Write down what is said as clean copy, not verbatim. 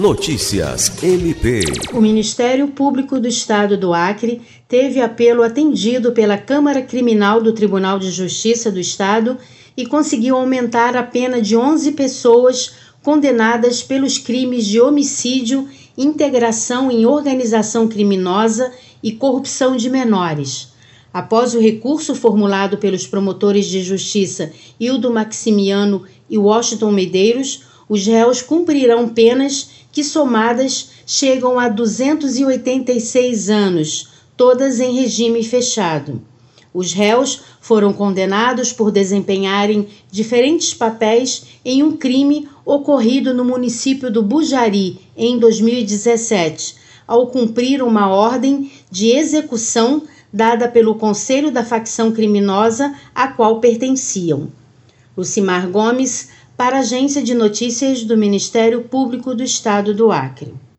Notícias MP. O Ministério Público do Estado do Acre teve apelo atendido pela Câmara Criminal do Tribunal de Justiça do Estado e conseguiu aumentar a pena de 11 pessoas condenadas pelos crimes de homicídio, integração em organização criminosa e corrupção de menores. Após o recurso formulado pelos promotores de justiça Hildo Maximiano e Washington Medeiros, os réus cumprirão penas que, somadas, chegam a 286 anos, todas em regime fechado. Os réus foram condenados por desempenharem diferentes papéis em um crime ocorrido no município do Bujari, em 2017, ao cumprir uma ordem de execução dada pelo Conselho da facção criminosa a qual pertenciam. Lucimar Gomes, para a Agência de Notícias do Ministério Público do Estado do Acre.